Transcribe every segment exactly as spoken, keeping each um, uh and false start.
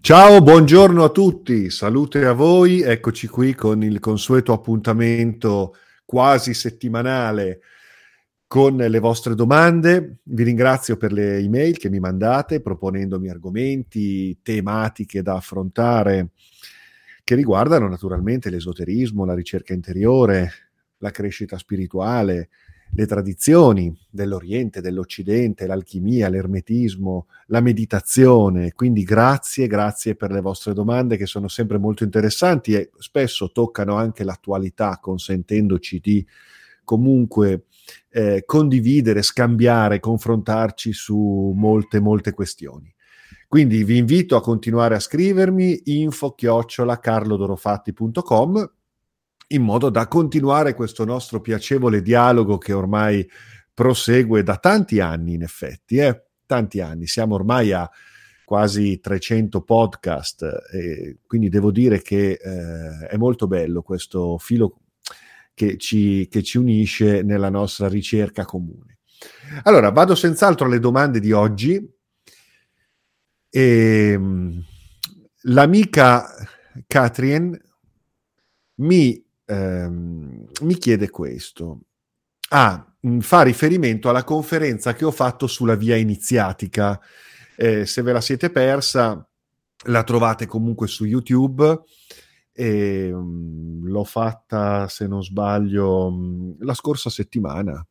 Ciao, buongiorno a tutti, salute a voi, eccoci qui con il consueto appuntamento quasi settimanale con le vostre domande. Vi ringrazio per le email che mi mandate proponendomi argomenti, tematiche da affrontare che riguardano naturalmente l'esoterismo, la ricerca interiore, la crescita spirituale, le tradizioni dell'Oriente, dell'Occidente, l'alchimia, l'ermetismo, la meditazione. Quindi grazie, grazie per le vostre domande che sono sempre molto interessanti e spesso toccano anche l'attualità, consentendoci di comunque eh, condividere, scambiare, confrontarci su molte, molte questioni. Quindi vi invito a continuare a scrivermi info chiocciola carlodorofatti punto com in modo da continuare questo nostro piacevole dialogo che ormai prosegue da tanti anni, in effetti, eh? tanti anni. Siamo ormai a quasi trecento podcast, e quindi devo dire che eh, è molto bello questo filo che ci, che ci unisce nella nostra ricerca comune. Allora, vado senz'altro alle domande di oggi. E, l'amica Catherine mi Ehm, mi chiede questo. Ah, fa riferimento alla conferenza che ho fatto sulla via iniziatica. Eh, se ve la siete persa, la trovate comunque su YouTube. E, um, l'ho fatta, se non sbaglio, um, la scorsa settimana.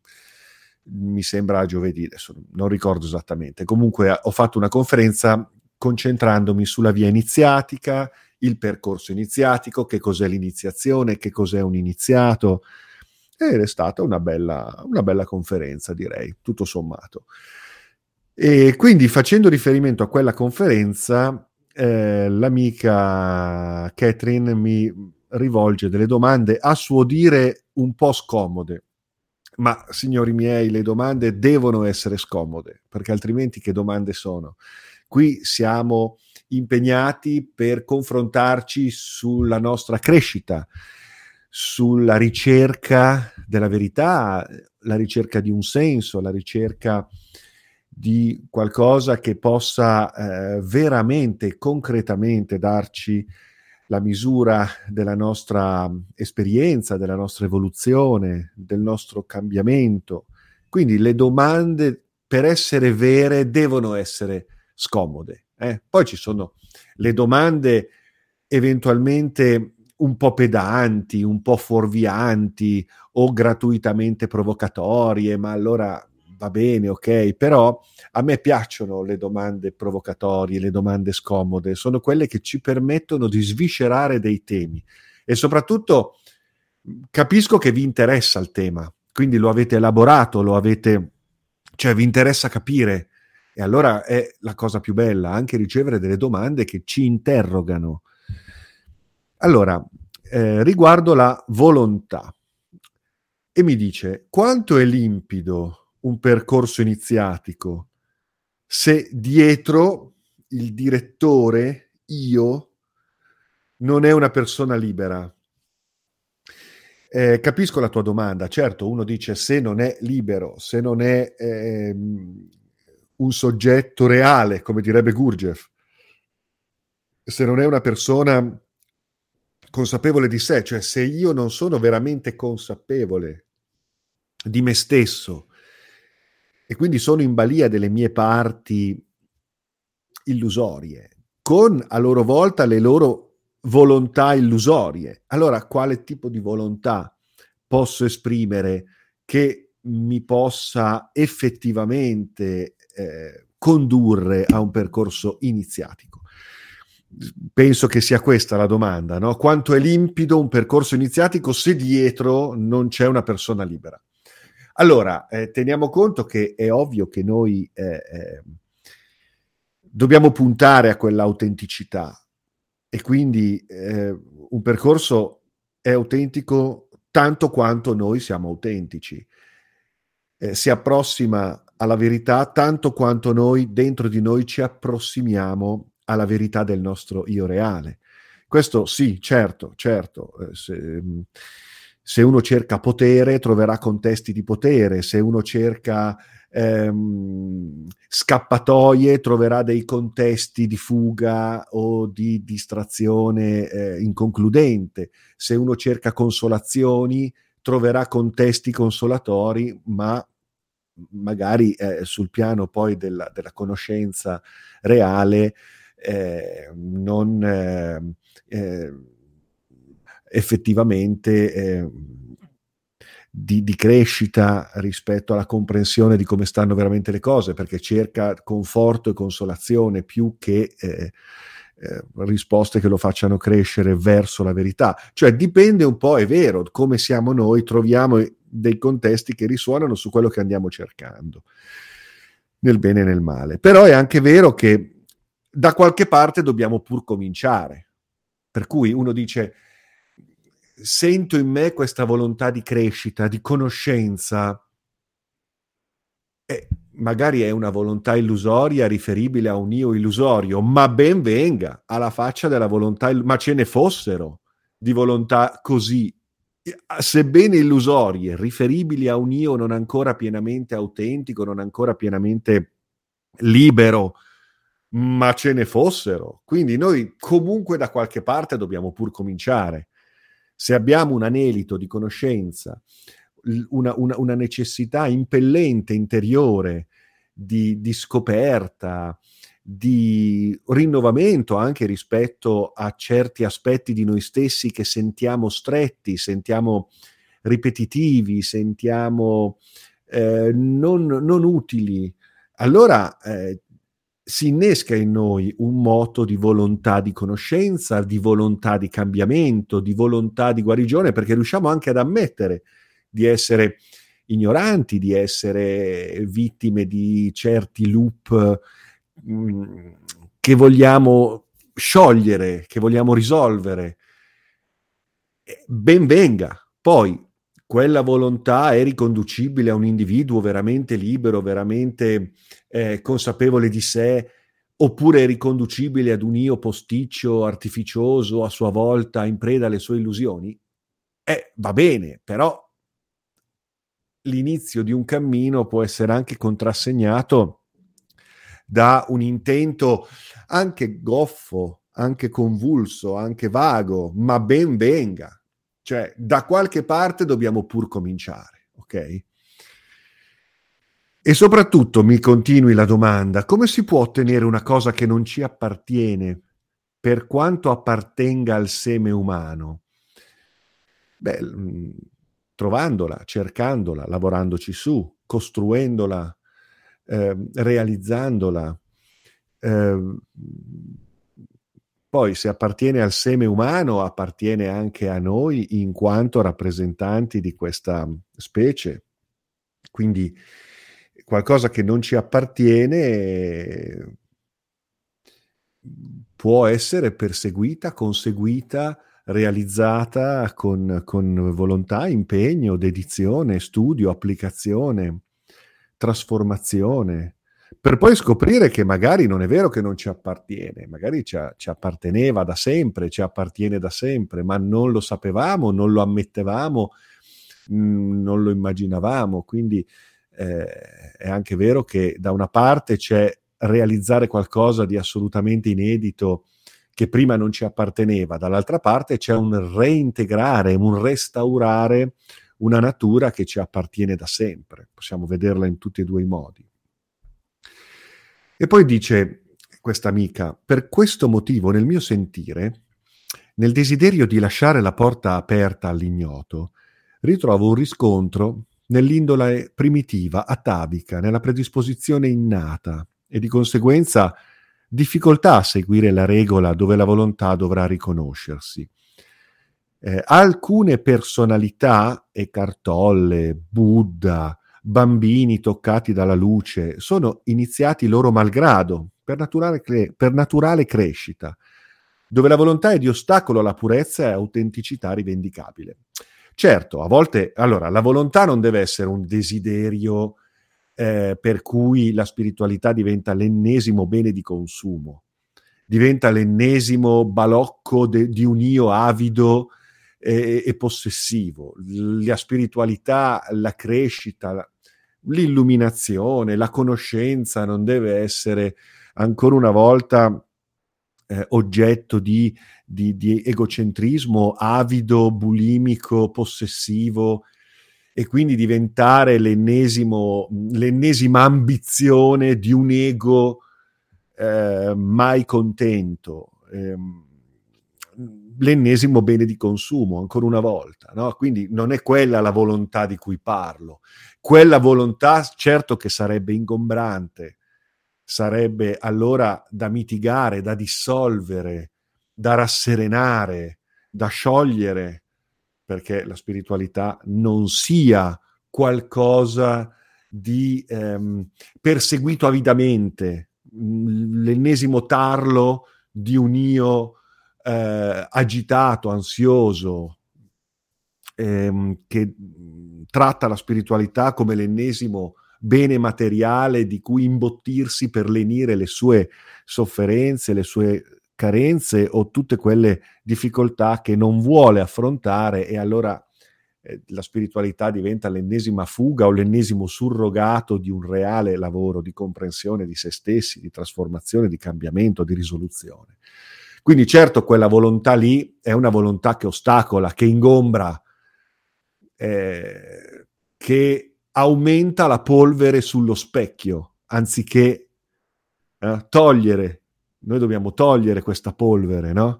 Mi sembra giovedì, adesso non ricordo esattamente. Comunque ho fatto una conferenza concentrandomi sulla via iniziatica, il percorso iniziatico, che cos'è l'iniziazione, che cos'è un iniziato, ed è stata una bella, una bella conferenza, direi, tutto sommato. E quindi, facendo riferimento a quella conferenza, eh, l'amica Catherine mi rivolge delle domande a suo dire un po' scomode. Ma, signori miei, le domande devono essere scomode, perché altrimenti che domande sono? Qui siamo impegnati per confrontarci sulla nostra crescita, sulla ricerca della verità, la ricerca di un senso, la ricerca di qualcosa che possa eh, veramente, concretamente darci la misura della nostra esperienza, della nostra evoluzione, del nostro cambiamento. Quindi le domande, per essere vere, devono essere scomode. Eh? Poi ci sono le domande eventualmente un po' pedanti, un po' fuorvianti o gratuitamente provocatorie, ma allora va bene, ok, però a me piacciono le domande provocatorie, le domande scomode, sono quelle che ci permettono di sviscerare dei temi e soprattutto capisco che vi interessa il tema, quindi lo avete elaborato, lo avete, cioè vi interessa capire. E allora è la cosa più bella, anche ricevere delle domande che ci interrogano. Allora, eh, riguardo la volontà, e mi dice: quanto è limpido un percorso iniziatico se dietro il direttore, io, non è una persona libera? Eh, capisco la tua domanda. Certo, uno dice: se non è libero, se non è ehm, un soggetto reale, come direbbe Gurdjieff, se non è una persona consapevole di sé, cioè se io non sono veramente consapevole di me stesso e quindi sono in balia delle mie parti illusorie, con a loro volta le loro volontà illusorie, allora quale tipo di volontà posso esprimere che mi possa effettivamente eh, condurre a un percorso iniziatico? Penso che sia questa la domanda, no? Quanto è limpido un percorso iniziatico se dietro non c'è una persona libera? Allora, eh, teniamo conto che è ovvio che noi eh, eh, dobbiamo puntare a quell'autenticità e quindi eh, un percorso è autentico tanto quanto noi siamo autentici. Eh, si approssima alla verità tanto quanto noi dentro di noi ci approssimiamo alla verità del nostro io reale. Questo sì, certo, certo. Eh, se, se uno cerca potere troverà contesti di potere, se uno cerca ehm, scappatoie troverà dei contesti di fuga o di distrazione eh, inconcludente, se uno cerca consolazioni troverà contesti consolatori, ma magari eh, sul piano poi della, della conoscenza reale eh, non eh, eh, effettivamente eh, di, di crescita rispetto alla comprensione di come stanno veramente le cose, perché cerca conforto e consolazione più che eh, eh, risposte che lo facciano crescere verso la verità. Cioè dipende un po', è vero, come siamo noi, troviamo dei contesti che risuonano su quello che andiamo cercando, nel bene e nel male. Però è anche vero che da qualche parte dobbiamo pur cominciare. Per cui uno dice: sento in me questa volontà di crescita, di conoscenza, e magari è una volontà illusoria riferibile a un io illusorio, ma ben venga, alla faccia della volontà, ma ce ne fossero di volontà così, sebbene illusorie, riferibili a un io non ancora pienamente autentico, non ancora pienamente libero, ma ce ne fossero. Quindi noi comunque da qualche parte dobbiamo pur cominciare. Se abbiamo un anelito di conoscenza, una, una, una necessità impellente interiore di, di scoperta, di rinnovamento anche rispetto a certi aspetti di noi stessi che sentiamo stretti, sentiamo ripetitivi, sentiamo eh, non, non utili, allora eh, si innesca in noi un moto di volontà di conoscenza, di volontà di cambiamento, di volontà di guarigione, perché riusciamo anche ad ammettere di essere ignoranti, di essere vittime di certi loop mh, che vogliamo sciogliere, che vogliamo risolvere. Ben venga. Poi quella volontà è riconducibile a un individuo veramente libero, veramente eh, consapevole di sé, oppure è riconducibile ad un io posticcio, artificioso, a sua volta in preda alle sue illusioni? Eh, va bene, però l'inizio di un cammino può essere anche contrassegnato da un intento anche goffo, anche convulso, anche vago, ma ben venga. Cioè, da qualche parte dobbiamo pur cominciare, ok? E soprattutto mi continui la domanda: come si può ottenere una cosa che non ci appartiene, per quanto appartenga al seme umano? Beh, mh, trovandola, cercandola, lavorandoci su, costruendola, eh, realizzandola. Eh, poi se appartiene al seme umano, appartiene anche a noi in quanto rappresentanti di questa specie. Quindi qualcosa che non ci appartiene può essere perseguita, conseguita, realizzata con, con volontà, impegno, dedizione, studio, applicazione, trasformazione, per poi scoprire che magari non è vero che non ci appartiene, magari ci, ci apparteneva da sempre, ci appartiene da sempre, ma non lo sapevamo, non lo ammettevamo, mh, non lo immaginavamo. Quindi eh, è anche vero che da una parte c'è realizzare qualcosa di assolutamente inedito che prima non ci apparteneva, dall'altra parte c'è un reintegrare, un restaurare una natura che ci appartiene da sempre. Possiamo vederla in tutti e due i modi. E poi dice questa amica: per questo motivo nel mio sentire, nel desiderio di lasciare la porta aperta all'ignoto, ritrovo un riscontro nell'indole primitiva, atavica, nella predisposizione innata e di conseguenza difficoltà a seguire la regola dove la volontà dovrà riconoscersi. Eh, alcune personalità, Eckhart Tolle, Buddha, bambini toccati dalla luce, sono iniziati loro malgrado, per naturale, per naturale crescita, dove la volontà è di ostacolo alla purezza e autenticità rivendicabile. Certo, a volte, allora, la volontà non deve essere un desiderio eh, per cui la spiritualità diventa l'ennesimo bene di consumo, diventa l'ennesimo balocco de, di un io avido e, e possessivo. La spiritualità, la crescita, la, l'illuminazione, la conoscenza non deve essere ancora una volta eh, oggetto di, di, di egocentrismo avido, bulimico, possessivo, e quindi diventare l'ennesimo, l'ennesima ambizione di un ego eh, mai contento, ehm, l'ennesimo bene di consumo, ancora una volta, no? Quindi non è quella la volontà di cui parlo. Quella volontà, certo che sarebbe ingombrante, sarebbe allora da mitigare, da dissolvere, da rasserenare, da sciogliere, perché la spiritualità non sia qualcosa di ehm, perseguito avidamente, l'ennesimo tarlo di un io eh, agitato, ansioso, ehm, che tratta la spiritualità come l'ennesimo bene materiale di cui imbottirsi per lenire le sue sofferenze, le sue carenze o tutte quelle difficoltà che non vuole affrontare, e allora eh, la spiritualità diventa l'ennesima fuga o l'ennesimo surrogato di un reale lavoro di comprensione di se stessi, di trasformazione, di cambiamento, di risoluzione. Quindi certo quella volontà lì è una volontà che ostacola, che ingombra, eh, che aumenta la polvere sullo specchio, anziché eh, togliere. Noi dobbiamo togliere questa polvere, no?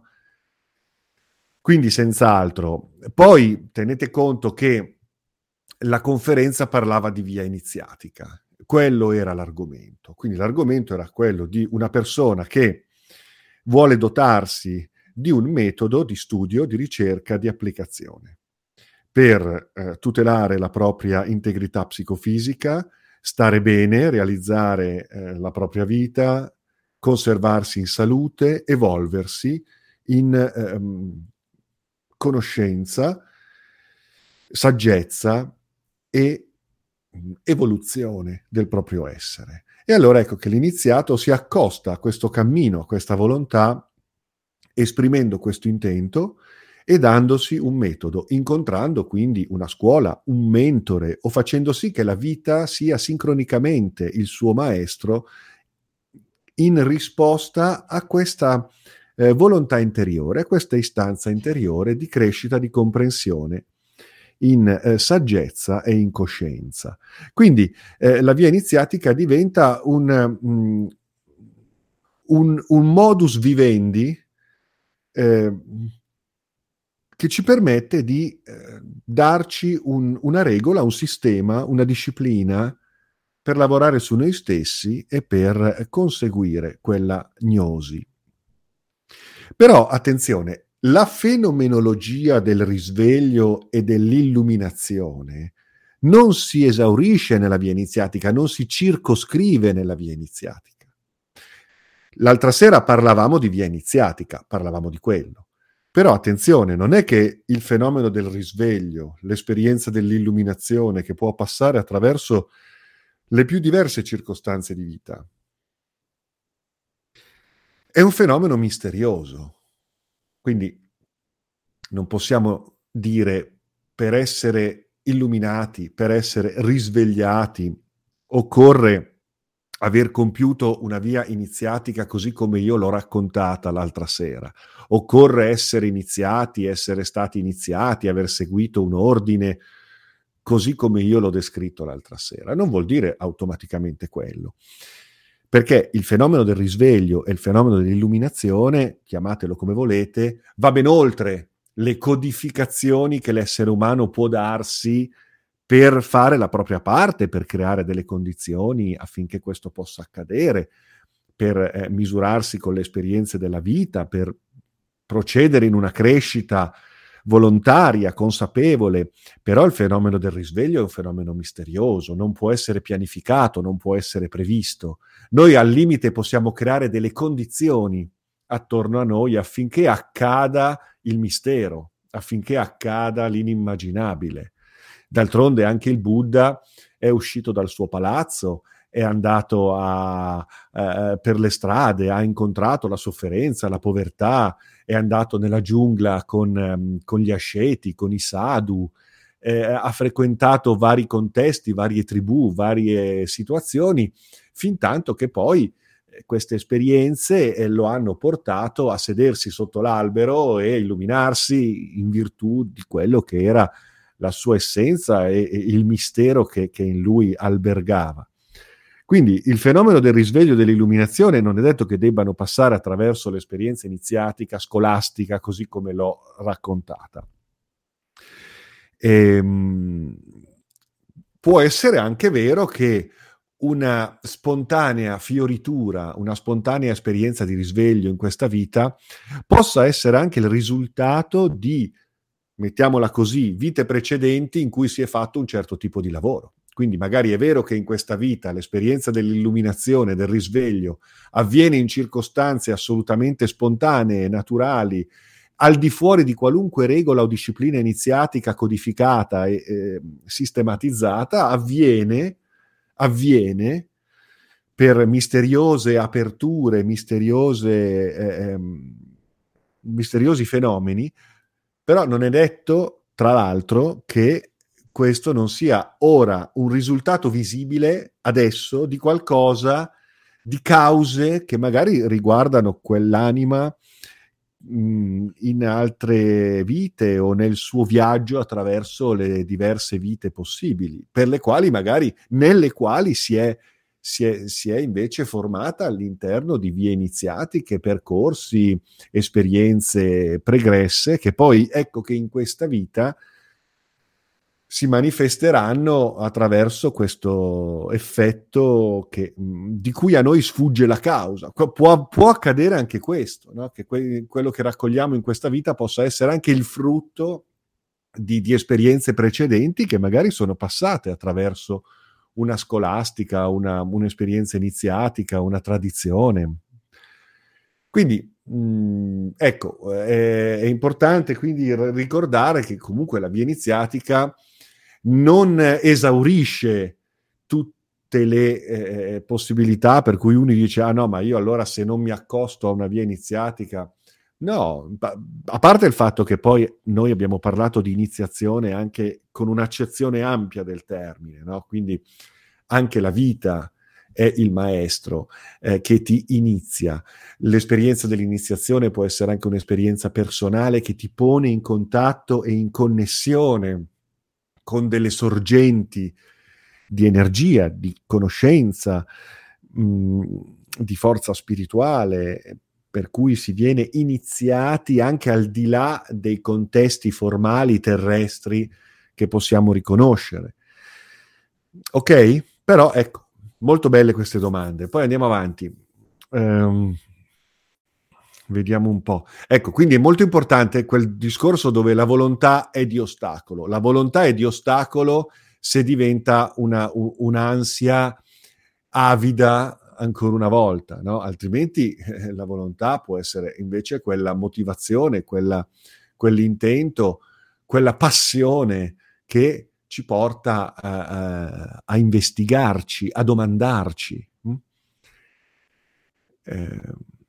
Quindi senz'altro. Poi tenete conto che la conferenza parlava di via iniziatica. Quello era l'argomento. Quindi l'argomento era quello di una persona che vuole dotarsi di un metodo di studio, di ricerca, di applicazione per eh, tutelare la propria integrità psicofisica, stare bene, realizzare eh, la propria vita, conservarsi in salute, evolversi in ehm, conoscenza, saggezza e mh, evoluzione del proprio essere. E allora ecco che l'iniziato si accosta a questo cammino, a questa volontà, esprimendo questo intento e dandosi un metodo, incontrando quindi una scuola, un mentore, o facendo sì che la vita sia sincronicamente il suo maestro in risposta a questa eh, volontà interiore, a questa istanza interiore di crescita, di comprensione, in eh, saggezza e in coscienza. Quindi eh, la via iniziatica diventa un, um, un, un modus vivendi eh, che ci permette di eh, darci un, una regola, un sistema, una disciplina per lavorare su noi stessi e per conseguire quella gnosi. Però attenzione, la fenomenologia del risveglio e dell'illuminazione non si esaurisce nella via iniziatica, non si circoscrive nella via iniziatica. L'altra sera parlavamo di via iniziatica, parlavamo di quello. Però attenzione, non è che il fenomeno del risveglio, l'esperienza dell'illuminazione che può passare attraverso le più diverse circostanze di vita, è un fenomeno misterioso. Quindi non possiamo dire per essere illuminati, per essere risvegliati, occorre aver compiuto una via iniziatica così come io l'ho raccontata l'altra sera. Occorre essere iniziati, essere stati iniziati, aver seguito un ordine così come io l'ho descritto l'altra sera. Non vuol dire automaticamente quello. Perché il fenomeno del risveglio e il fenomeno dell'illuminazione, chiamatelo come volete, va ben oltre le codificazioni che l'essere umano può darsi per fare la propria parte, per creare delle condizioni affinché questo possa accadere, per eh, misurarsi con le esperienze della vita, per procedere in una crescita volontaria, consapevole. Però il fenomeno del risveglio è un fenomeno misterioso, non può essere pianificato, non può essere previsto. Noi al limite possiamo creare delle condizioni attorno a noi affinché accada il mistero, affinché accada l'inimmaginabile. D'altronde anche il Buddha è uscito dal suo palazzo, è andato a, eh, per le strade, ha incontrato la sofferenza, la povertà, è andato nella giungla con, um, con gli asceti, con i sadhu, eh, ha frequentato vari contesti, varie tribù, varie situazioni, fin tanto che poi queste esperienze eh, lo hanno portato a sedersi sotto l'albero e illuminarsi in virtù di quello che era la sua essenza e, e il mistero che, che in lui albergava. Quindi il fenomeno del risveglio e dell'illuminazione non è detto che debbano passare attraverso l'esperienza iniziatica, scolastica, così come l'ho raccontata. Ehm, può essere anche vero che una spontanea fioritura, una spontanea esperienza di risveglio in questa vita possa essere anche il risultato di, mettiamola così, vite precedenti in cui si è fatto un certo tipo di lavoro. Quindi magari è vero che in questa vita l'esperienza dell'illuminazione, del risveglio, avviene in circostanze assolutamente spontanee, naturali, al di fuori di qualunque regola o disciplina iniziatica codificata e eh, sistematizzata, avviene avviene per misteriose aperture, misteriose, eh, misteriosi fenomeni, però non è detto, tra l'altro, che questo non sia ora un risultato visibile adesso di qualcosa, di cause che magari riguardano quell'anima mh, in altre vite o nel suo viaggio attraverso le diverse vite possibili, per le quali magari, nelle quali si è, si è, si è invece formata all'interno di vie iniziatiche, percorsi, esperienze pregresse, che poi ecco che in questa vita si manifesteranno attraverso questo effetto che, di cui a noi sfugge la causa. Può, può accadere anche questo, no? Che que- quello che raccogliamo in questa vita possa essere anche il frutto di, di esperienze precedenti che magari sono passate attraverso una scolastica, una, un'esperienza iniziatica, una tradizione. Quindi, mh, ecco, è, è importante quindi ricordare che comunque la via iniziatica non esaurisce tutte le eh, possibilità per cui uno dice ah no, ma io allora se non mi accosto a una via iniziatica, no, a parte il fatto che poi noi abbiamo parlato di iniziazione anche con un'accezione ampia del termine, no? Quindi anche la vita è il maestro eh, che ti inizia. L'esperienza dell'iniziazione può essere anche un'esperienza personale che ti pone in contatto e in connessione con delle sorgenti di energia, di conoscenza, mh, di forza spirituale, per cui si viene iniziati anche al di là dei contesti formali terrestri che possiamo riconoscere. Ok? Però ecco, molto belle queste domande. Poi andiamo avanti. Um, Vediamo un po'. Ecco, quindi è molto importante quel discorso dove la volontà è di ostacolo. La volontà è di ostacolo se diventa una, un'ansia avida ancora una volta, no? Altrimenti eh, la volontà può essere invece quella motivazione, quella, quell'intento, quella passione che ci porta a, a, a investigarci, a domandarci. Hm? Eh,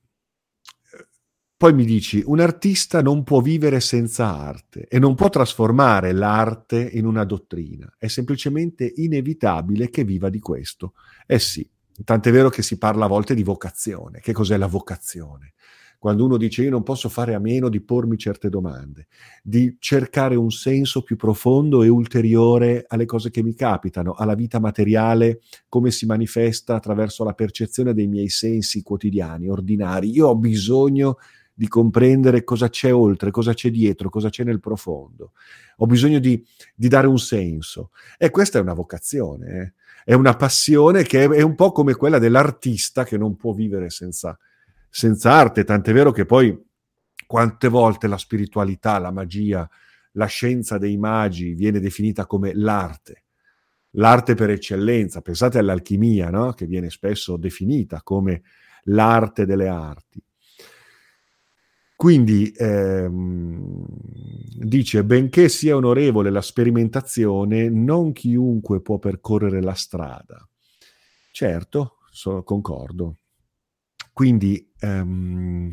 Poi mi dici, un artista non può vivere senza arte e non può trasformare l'arte in una dottrina, è semplicemente inevitabile che viva di questo. Eh sì, tant'è vero che si parla a volte di vocazione. Che cos'è la vocazione? Quando uno dice io non posso fare a meno di pormi certe domande, di cercare un senso più profondo e ulteriore alle cose che mi capitano, alla vita materiale, come si manifesta attraverso la percezione dei miei sensi quotidiani, ordinari. Io ho bisogno di comprendere cosa c'è oltre, cosa c'è dietro, cosa c'è nel profondo. Ho bisogno di, di dare un senso. E questa è una vocazione, eh? È una passione che è, è un po' come quella dell'artista che non può vivere senza, senza arte, tant'è vero che poi quante volte la spiritualità, la magia, la scienza dei magi viene definita come l'arte. L'arte per eccellenza. Pensate all'alchimia, no? Che viene spesso definita come l'arte delle arti. Quindi ehm, dice, benché sia onorevole la sperimentazione, non chiunque può percorrere la strada. Certo, sono, concordo. Quindi ehm,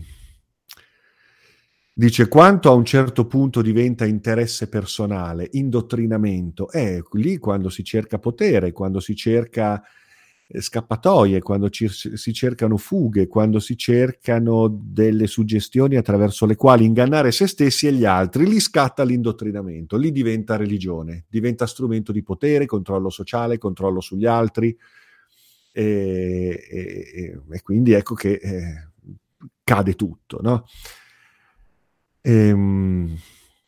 dice, quanto a un certo punto diventa interesse personale, indottrinamento, è lì quando si cerca potere, quando si cerca eh, scappatoie, quando ci, si cercano fughe, quando si cercano delle suggestioni attraverso le quali ingannare se stessi e gli altri, lì scatta l'indottrinamento, lì diventa religione, diventa strumento di potere, controllo sociale, controllo sugli altri, e, e, e quindi ecco che eh, cade tutto, no? Ehm,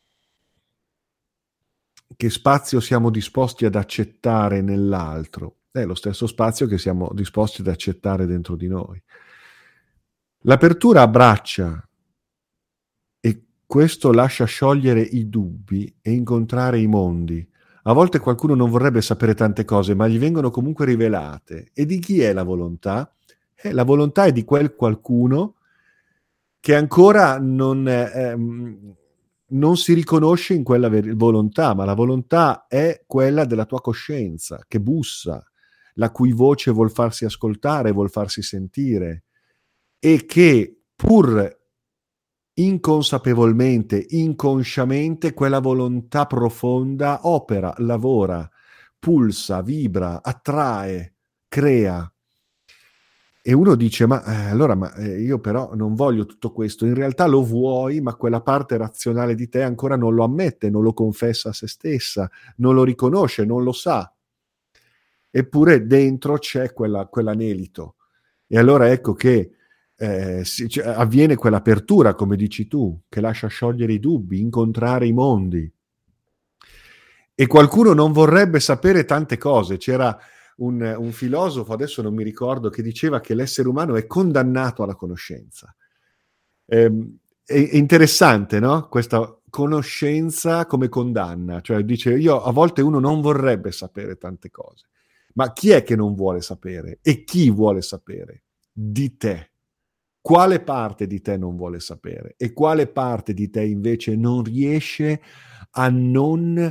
che spazio siamo disposti ad accettare nell'altro? È lo stesso spazio che siamo disposti ad accettare dentro di noi. L'apertura abbraccia e questo lascia sciogliere i dubbi e incontrare i mondi. A volte qualcuno non vorrebbe sapere tante cose, ma gli vengono comunque rivelate. E di chi è la volontà? Eh, la volontà è di quel qualcuno che ancora non, ehm, non si riconosce in quella ver- volontà, ma la volontà è quella della tua coscienza, che bussa, la cui voce vuol farsi ascoltare, vuol farsi sentire, e che pur inconsapevolmente, inconsciamente, quella volontà profonda opera, lavora, pulsa, vibra, attrae, crea. E uno dice, ma eh, allora ma, eh, io però non voglio tutto questo. In realtà lo vuoi, ma quella parte razionale di te ancora non lo ammette, non lo confessa a se stessa, non lo riconosce, non lo sa. Eppure dentro c'è quella, quell'anelito. E allora ecco che eh, si, cioè, avviene quell'apertura, come dici tu, che lascia sciogliere i dubbi, incontrare i mondi. E qualcuno non vorrebbe sapere tante cose. C'era un, un filosofo, adesso non mi ricordo, che diceva che l'essere umano è condannato alla conoscenza. Ehm, è, è interessante, no? Questa conoscenza come condanna. Cioè dice, io a volte uno non vorrebbe sapere tante cose. Ma chi è che non vuole sapere? E chi vuole sapere? Di te. Quale parte di te non vuole sapere? E quale parte di te invece non riesce a non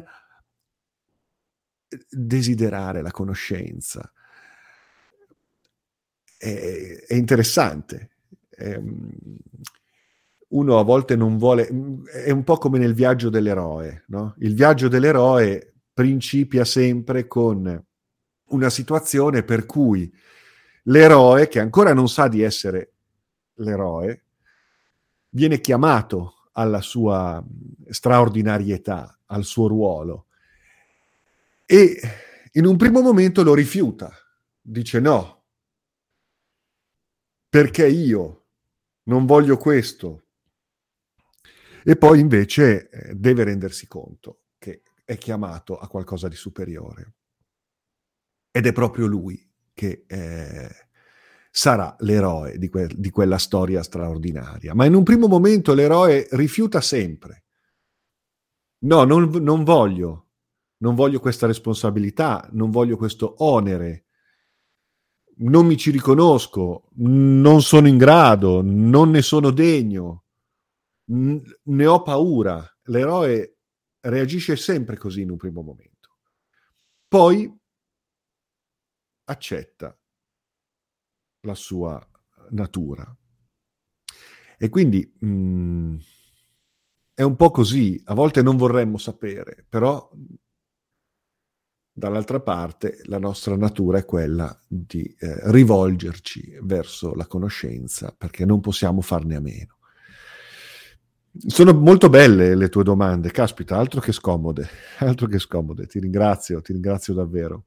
desiderare la conoscenza? È, è interessante. Ehm, uno a volte non vuole, è un po' come nel viaggio dell'eroe, no? Il viaggio dell'eroe principia sempre con una situazione per cui l'eroe, che ancora non sa di essere l'eroe, viene chiamato alla sua straordinarietà, al suo ruolo, e in un primo momento lo rifiuta, dice no, perché io non voglio questo, e poi invece eh, deve rendersi conto che è chiamato a qualcosa di superiore. Ed è proprio lui che eh, sarà l'eroe di, que- di quella storia straordinaria. Ma in un primo momento l'eroe rifiuta sempre. No, non, non voglio, non voglio questa responsabilità, non voglio questo onere, non mi ci riconosco, non sono in grado, non ne sono degno, n- ne ho paura. L'eroe reagisce sempre così in un primo momento. Poi accetta la sua natura. E quindi mh, è un po' così, a volte non vorremmo sapere, però dall'altra parte la nostra natura è quella di eh, rivolgerci verso la conoscenza, perché non possiamo farne a meno. Sono molto belle le tue domande, caspita, altro che scomode, altro che scomode, ti ringrazio, ti ringrazio davvero.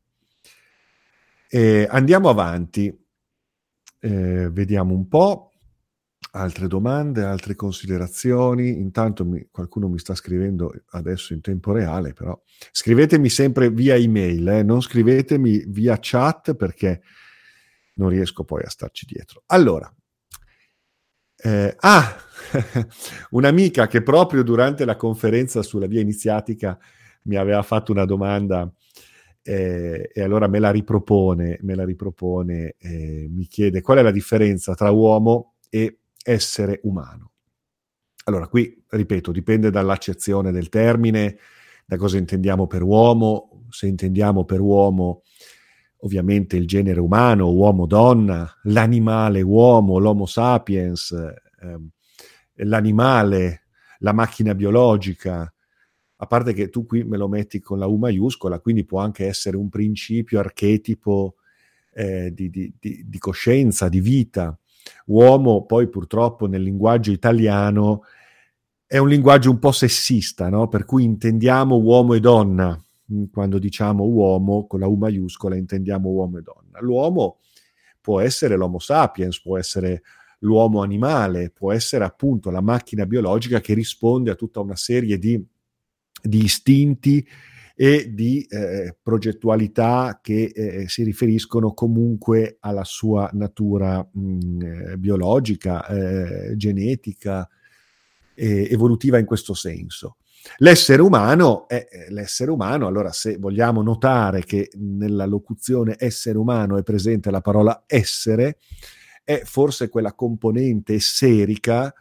E andiamo avanti, eh, vediamo un po'. Altre domande, altre considerazioni? Intanto mi, qualcuno mi sta scrivendo adesso in tempo reale, però scrivetemi sempre via email, eh? Non scrivetemi via chat perché non riesco poi a starci dietro. Allora, eh, ah, un'amica che proprio durante la conferenza sulla via iniziatica mi aveva fatto una domanda eh, e allora me la ripropone, me la ripropone, eh, mi chiede qual è la differenza tra uomo e essere umano. Allora, qui, ripeto, dipende dall'accezione del termine, da cosa intendiamo per uomo. Se intendiamo per uomo ovviamente il genere umano, uomo-donna, l'animale uomo, l'homo sapiens, ehm, l'animale, la macchina biologica, a parte che tu qui me lo metti con la U maiuscola, quindi può anche essere un principio archetipo eh, di, di, di, di coscienza, di vita. Uomo poi purtroppo nel linguaggio italiano è un linguaggio un po' sessista, no? Per cui intendiamo uomo e donna. Quando diciamo uomo con la U maiuscola intendiamo uomo e donna. L'uomo può essere l'homo sapiens, può essere l'uomo animale, può essere appunto la macchina biologica che risponde a tutta una serie di, di istinti e di eh, progettualità che eh, si riferiscono comunque alla sua natura mh, eh, biologica, eh, genetica, eh, evolutiva in questo senso. L'essere umano è l'essere umano, allora se vogliamo notare che nella locuzione essere umano è presente la parola essere, è forse quella componente esserica,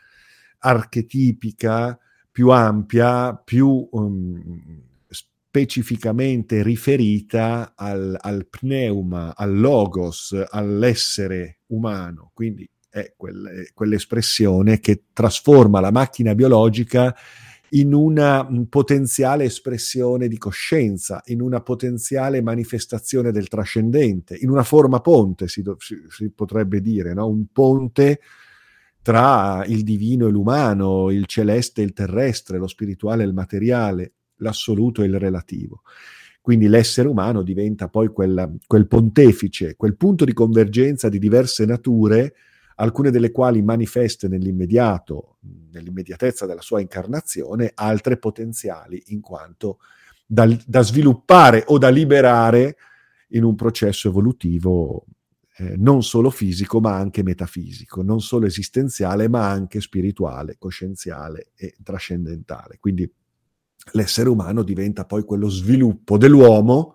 archetipica, più ampia, più um, specificamente riferita al, al pneuma, al logos, all'essere umano. Quindi è quel, quell'espressione che trasforma la macchina biologica in una potenziale espressione di coscienza, in una potenziale manifestazione del trascendente, in una forma ponte, si, do, si, si potrebbe dire, no? Un ponte tra il divino e l'umano, il celeste e il terrestre, lo spirituale e il materiale, l'assoluto e il relativo. Quindi l'essere umano diventa poi quel, quel pontefice, quel punto di convergenza di diverse nature, alcune delle quali manifeste nell'immediato, nell'immediatezza della sua incarnazione, altre potenziali in quanto da, da sviluppare o da liberare in un processo evolutivo eh, non solo fisico ma anche metafisico, non solo esistenziale ma anche spirituale, coscienziale e trascendentale. Quindi l'essere umano diventa poi quello sviluppo dell'uomo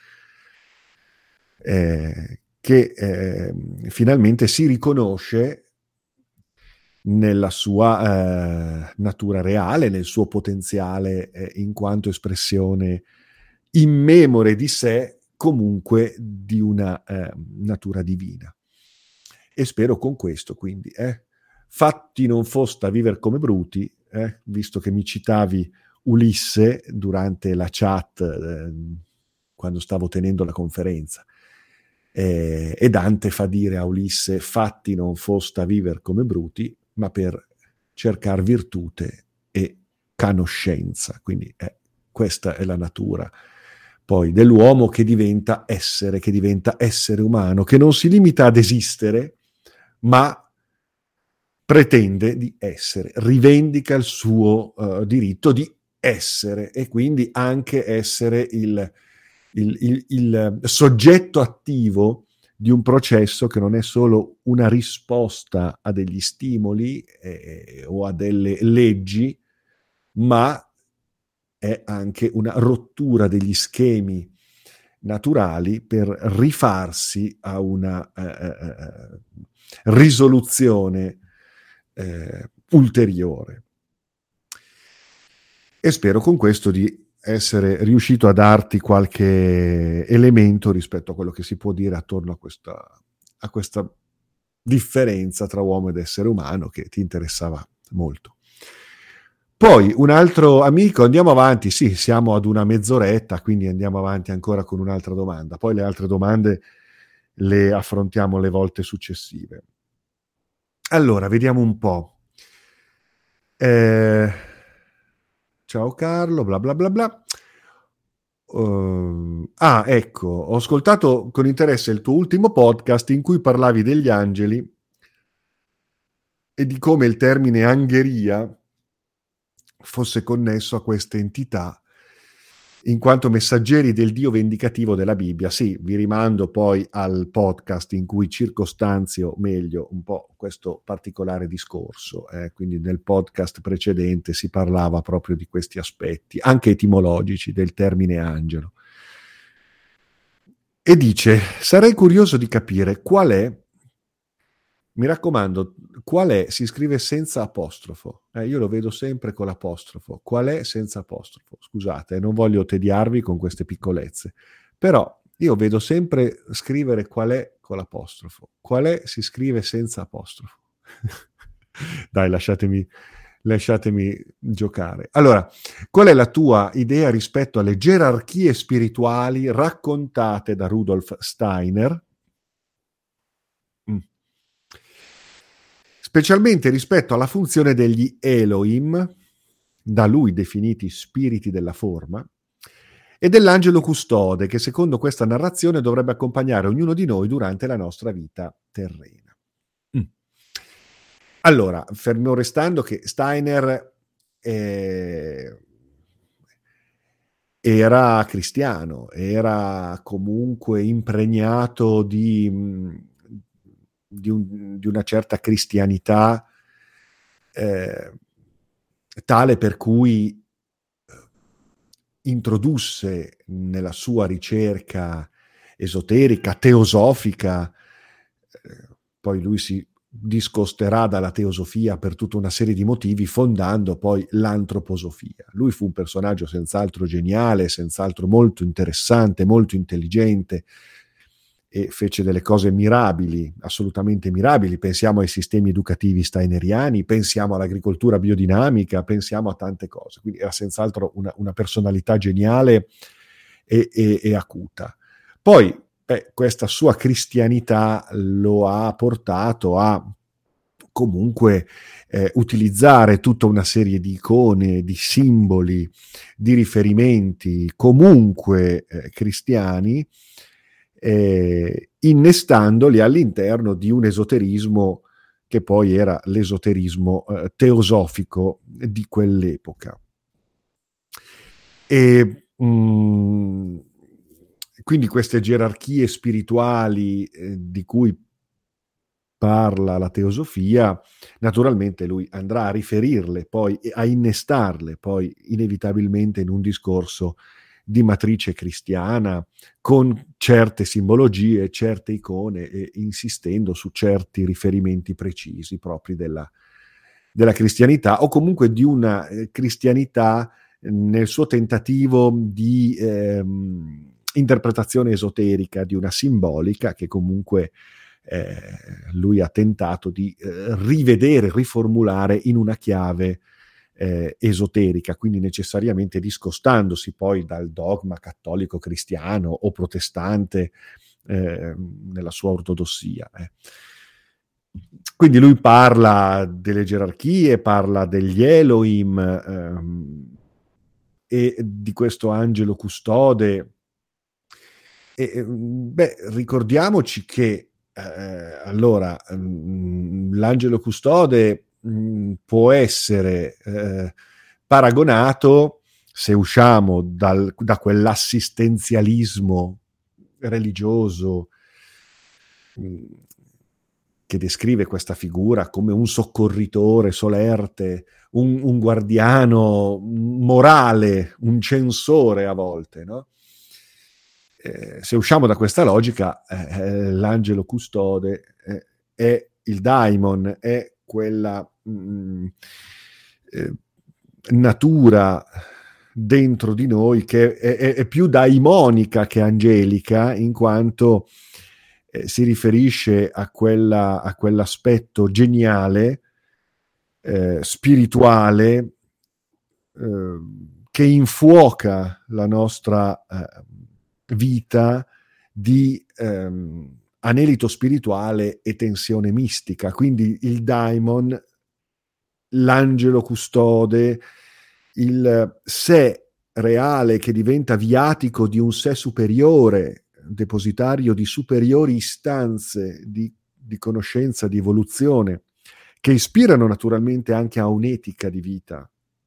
eh, che eh, finalmente si riconosce nella sua eh, natura reale, nel suo potenziale eh, in quanto espressione immemore di sé, comunque di una eh, natura divina. E spero con questo, quindi, eh, fatti non fosta viver come bruti, eh, visto che mi citavi Ulisse durante la chat eh, quando stavo tenendo la conferenza. Eh, e Dante fa dire a Ulisse: fatti non fosta viver come bruti, ma per cercare virtute e conoscenza. Quindi eh, questa è la natura poi dell'uomo, che diventa essere, che diventa essere umano, che non si limita ad esistere, ma pretende di essere, rivendica il suo uh, diritto di essere e quindi anche essere il Il, il, il soggetto attivo di un processo che non è solo una risposta a degli stimoli eh, o a delle leggi, ma è anche una rottura degli schemi naturali per rifarsi a una eh, eh, risoluzione eh, ulteriore. E spero con questo di essere riuscito a darti qualche elemento rispetto a quello che si può dire attorno a questa, a questa differenza tra uomo ed essere umano che ti interessava molto. Poi un altro amico, andiamo avanti, sì, siamo ad una mezz'oretta, quindi andiamo avanti ancora con un'altra domanda. Poi le altre domande le affrontiamo le volte successive. Allora, vediamo un po'. Eh... Ciao Carlo, bla bla bla bla. Uh, ah, ecco, ho ascoltato con interesse il tuo ultimo podcast in cui parlavi degli angeli e di come il termine angheria fosse connesso a queste entità in quanto messaggeri del Dio vendicativo della Bibbia. Sì, vi rimando poi al podcast in cui circostanzio meglio un po' questo particolare discorso. Eh. Quindi nel podcast precedente si parlava proprio di questi aspetti, anche etimologici, del termine angelo. E dice: sarei curioso di capire qual è, mi raccomando, qual è, si scrive senza apostrofo, eh, io lo vedo sempre con l'apostrofo, qual è senza apostrofo, scusate, non voglio tediarvi con queste piccolezze, però Io vedo sempre scrivere qual è con l'apostrofo. Qual è si scrive senza apostrofo. Dai, lasciatemi, lasciatemi giocare. Allora, qual è la tua idea rispetto alle gerarchie spirituali raccontate da Rudolf Steiner? Mm. Specialmente rispetto alla funzione degli Elohim, da lui definiti spiriti della forma, e dell'angelo custode, che secondo questa narrazione dovrebbe accompagnare ognuno di noi durante la nostra vita terrena. Mm. Allora, fermo restando che Steiner eh, era cristiano, era comunque impregnato di, di, un, di una certa cristianità eh, tale per cui introdusse nella sua ricerca esoterica, teosofica, eh, poi lui si discosterà dalla teosofia per tutta una serie di motivi, fondando poi l'antroposofia. Lui fu un personaggio senz'altro geniale, senz'altro molto interessante, molto intelligente, e fece delle cose mirabili, assolutamente mirabili. Pensiamo ai sistemi educativi steineriani, pensiamo all'agricoltura biodinamica, pensiamo a tante cose. Quindi era senz'altro una, una personalità geniale e, e, e acuta. Poi beh, questa sua cristianità lo ha portato a comunque eh, utilizzare tutta una serie di icone, di simboli, di riferimenti comunque eh, cristiani, Eh, innestandoli all'interno di un esoterismo che poi era l'esoterismo eh, teosofico di quell'epoca. E mh, quindi queste gerarchie spirituali eh, di cui parla la teosofia, naturalmente lui andrà a riferirle poi, a innestarle poi inevitabilmente in un discorso di matrice cristiana, con certe simbologie, certe icone, e insistendo su certi riferimenti precisi propri della, della cristianità, o comunque di una eh, cristianità nel suo tentativo di ehm, interpretazione esoterica, di una simbolica che comunque eh, lui ha tentato di eh, rivedere, riformulare in una chiave Eh, esoterica, quindi necessariamente discostandosi poi dal dogma cattolico cristiano o protestante eh, nella sua ortodossia. Eh. Quindi lui parla delle gerarchie, parla degli Elohim ehm, e di questo angelo custode. E, beh, ricordiamoci che eh, allora mh, l'angelo custode mh, può essere eh, paragonato, se usciamo dal, da quell'assistenzialismo religioso mh, che descrive questa figura come un soccorritore solerte, un, un guardiano morale, un censore a volte, no? Eh, se usciamo da questa logica, eh, l'angelo custode eh, è il daimon, è quella mh, eh, natura dentro di noi che è, è, è più daimonica che angelica, in quanto eh, si riferisce a, quella, a quell'aspetto geniale, eh, spirituale, eh, che infuoca la nostra eh, vita di ehm, anelito spirituale e tensione mistica. Quindi il daimon, l'angelo custode, il sé reale che diventa viatico di un sé superiore, depositario di superiori istanze di, di conoscenza, di evoluzione, che ispirano naturalmente anche a un'etica di vita.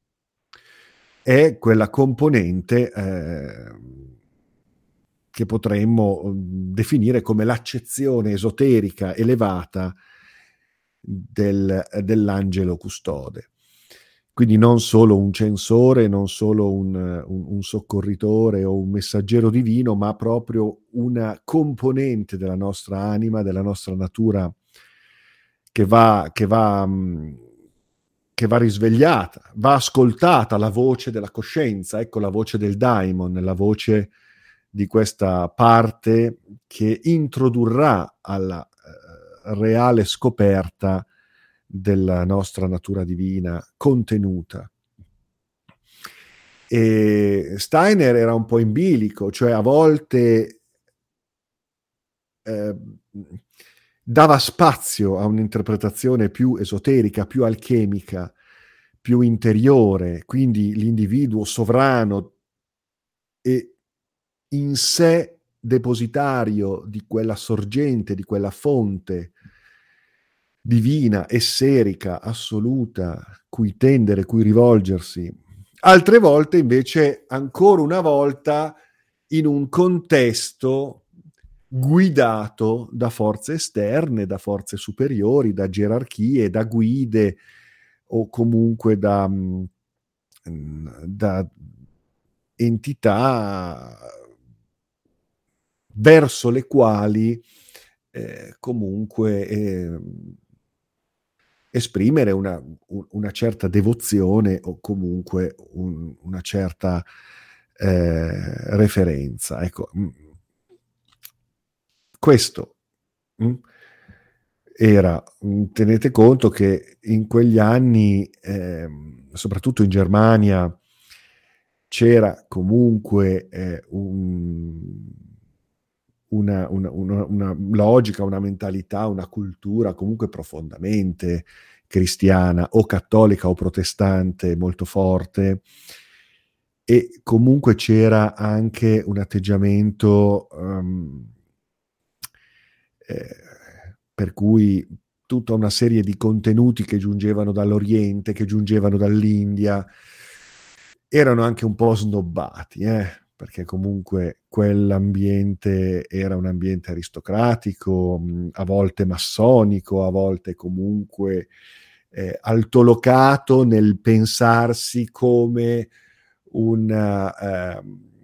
È quella componente eh, che potremmo definire come l'accezione esoterica elevata del, dell'angelo custode. Quindi non solo un censore, non solo un, un, un soccorritore o un messaggero divino, ma proprio una componente della nostra anima, della nostra natura che va, che va, che va risvegliata, va ascoltata la voce della coscienza, ecco la voce del daimon, la voce di questa parte che introdurrà alla eh, reale scoperta della nostra natura divina contenuta. E Steiner era un po' in bilico, cioè a volte eh, dava spazio a un'interpretazione più esoterica, più alchemica, più interiore, quindi l'individuo sovrano e in sé depositario di quella sorgente, di quella fonte divina, esserica, assoluta, cui tendere, cui rivolgersi. Altre volte invece, ancora una volta, in un contesto guidato da forze esterne, da forze superiori, da gerarchie, da guide o comunque da, da entità verso le quali eh, comunque eh, esprimere una, una certa devozione o comunque un, una certa eh, referenza. Ecco, questo mh, era, mh, tenete conto che in quegli anni, eh, soprattutto in Germania, c'era comunque eh, un, una, una, una, una logica, una mentalità, una cultura comunque profondamente cristiana o cattolica o protestante molto forte, e comunque c'era anche un atteggiamento um, eh, per cui tutta una serie di contenuti che giungevano dall'Oriente, che giungevano dall'India, erano anche un po' snobbati, eh? Perché comunque quell'ambiente era un ambiente aristocratico, a volte massonico, a volte comunque eh, altolocato nel pensarsi come un eh,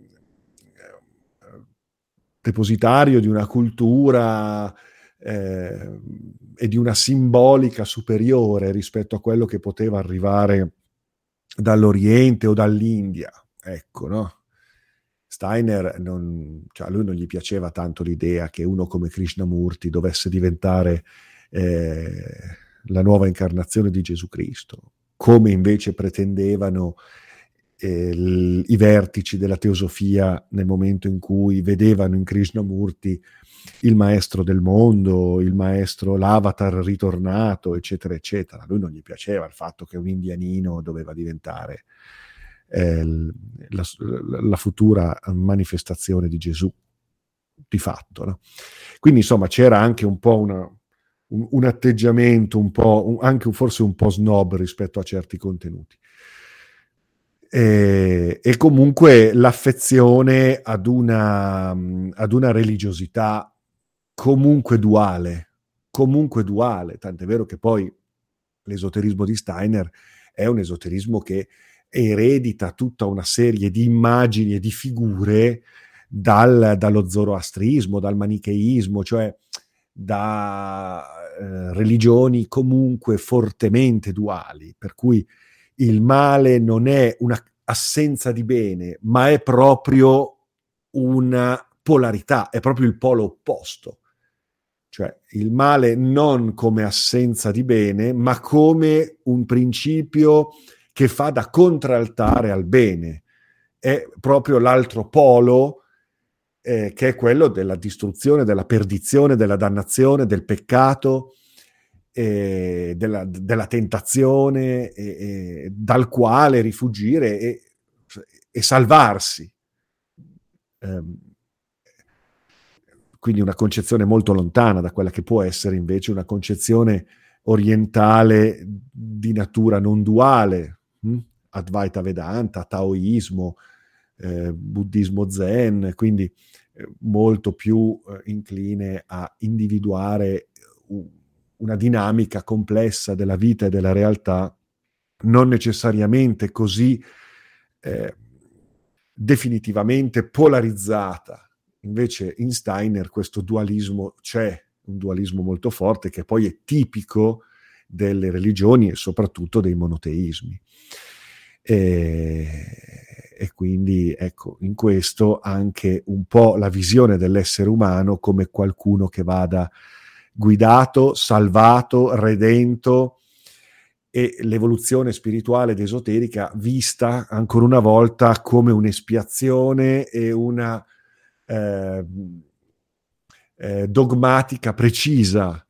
depositario di una cultura eh, e di una simbolica superiore rispetto a quello che poteva arrivare dall'Oriente o dall'India. Ecco, no? Steiner, non, cioè a lui non gli piaceva tanto l'idea che uno come Krishnamurti dovesse diventare eh, la nuova incarnazione di Gesù Cristo, come invece pretendevano eh, l, i vertici della teosofia nel momento in cui vedevano in Krishnamurti il maestro del mondo, il maestro, l'avatar ritornato, eccetera, eccetera. A lui non gli piaceva il fatto che un indianino doveva diventare eh, la, la futura manifestazione di Gesù, di fatto. No? Quindi, insomma, c'era anche un po' una, un, un atteggiamento, un po', un, anche forse un po' snob rispetto a certi contenuti. E, e comunque l'affezione ad una, ad una religiosità comunque duale, comunque duale, tant'è vero che poi l'esoterismo di Steiner è un esoterismo che eredita tutta una serie di immagini e di figure dal, dallo zoroastrismo, dal manicheismo, cioè da eh, religioni comunque fortemente duali, per cui il male non è una assenza di bene, ma è proprio una polarità, è proprio il polo opposto. Cioè il male non come assenza di bene, ma come un principio che fa da contraltare al bene. È proprio l'altro polo, eh, che è quello della distruzione, della perdizione, della dannazione, del peccato, eh, della, della tentazione, eh, eh, dal quale rifugire e, e salvarsi. Um, quindi una concezione molto lontana da quella che può essere invece una concezione orientale di natura non duale, hm? Advaita Vedanta, Taoismo, eh, Buddismo Zen, quindi eh, molto più eh, incline a individuare un, una dinamica complessa della vita e della realtà, non necessariamente così eh, definitivamente polarizzata. Invece in Steiner questo dualismo c'è, un dualismo molto forte che poi è tipico delle religioni e soprattutto dei monoteismi. E, e quindi ecco, in questo anche un po' la visione dell'essere umano come qualcuno che vada guidato, salvato, redento, e l'evoluzione spirituale ed esoterica vista ancora una volta come un'espiazione e una eh, eh, dogmatica precisa.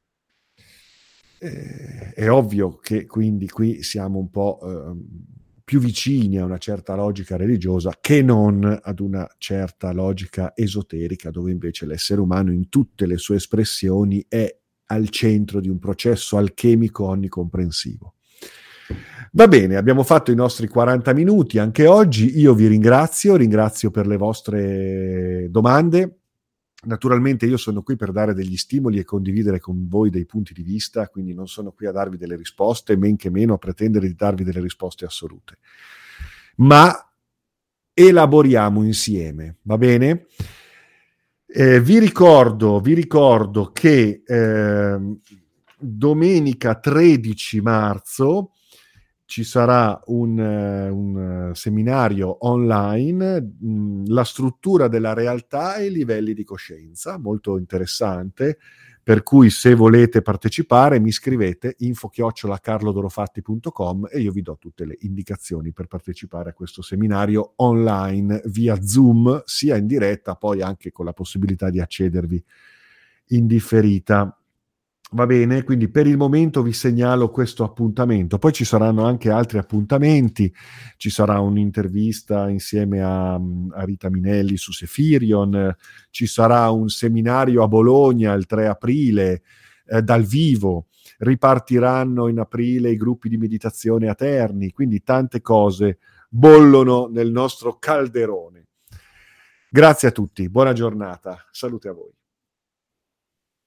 Eh, è ovvio che quindi qui siamo un po' eh, più vicini a una certa logica religiosa che non ad una certa logica esoterica, dove invece l'essere umano in tutte le sue espressioni è al centro di un processo alchemico onnicomprensivo. Va bene, abbiamo fatto i nostri quaranta minuti anche oggi. Io vi ringrazio, ringrazio per le vostre domande. Naturalmente io sono qui per dare degli stimoli e condividere con voi dei punti di vista, quindi non sono qui a darvi delle risposte, men che meno a pretendere di darvi delle risposte assolute. Ma elaboriamo insieme, va bene? Eh, vi ricordo, vi ricordo che eh, domenica tredici marzo ci sarà un, un seminario online, mh, la struttura della realtà e i livelli di coscienza, molto interessante, per cui se volete partecipare mi scrivete info chiocciola carlodorofatti punto com e io vi do tutte le indicazioni per partecipare a questo seminario online via Zoom, sia in diretta, poi anche con la possibilità di accedervi in differita. Va bene, quindi per il momento vi segnalo questo appuntamento. Poi ci saranno anche altri appuntamenti, ci sarà un'intervista insieme a, a Rita Minelli su Sefirion, ci sarà un seminario a Bologna il tre aprile eh, dal vivo, ripartiranno in aprile i gruppi di meditazione a Terni, quindi tante cose bollono nel nostro calderone. Grazie a tutti, buona giornata, salute a voi.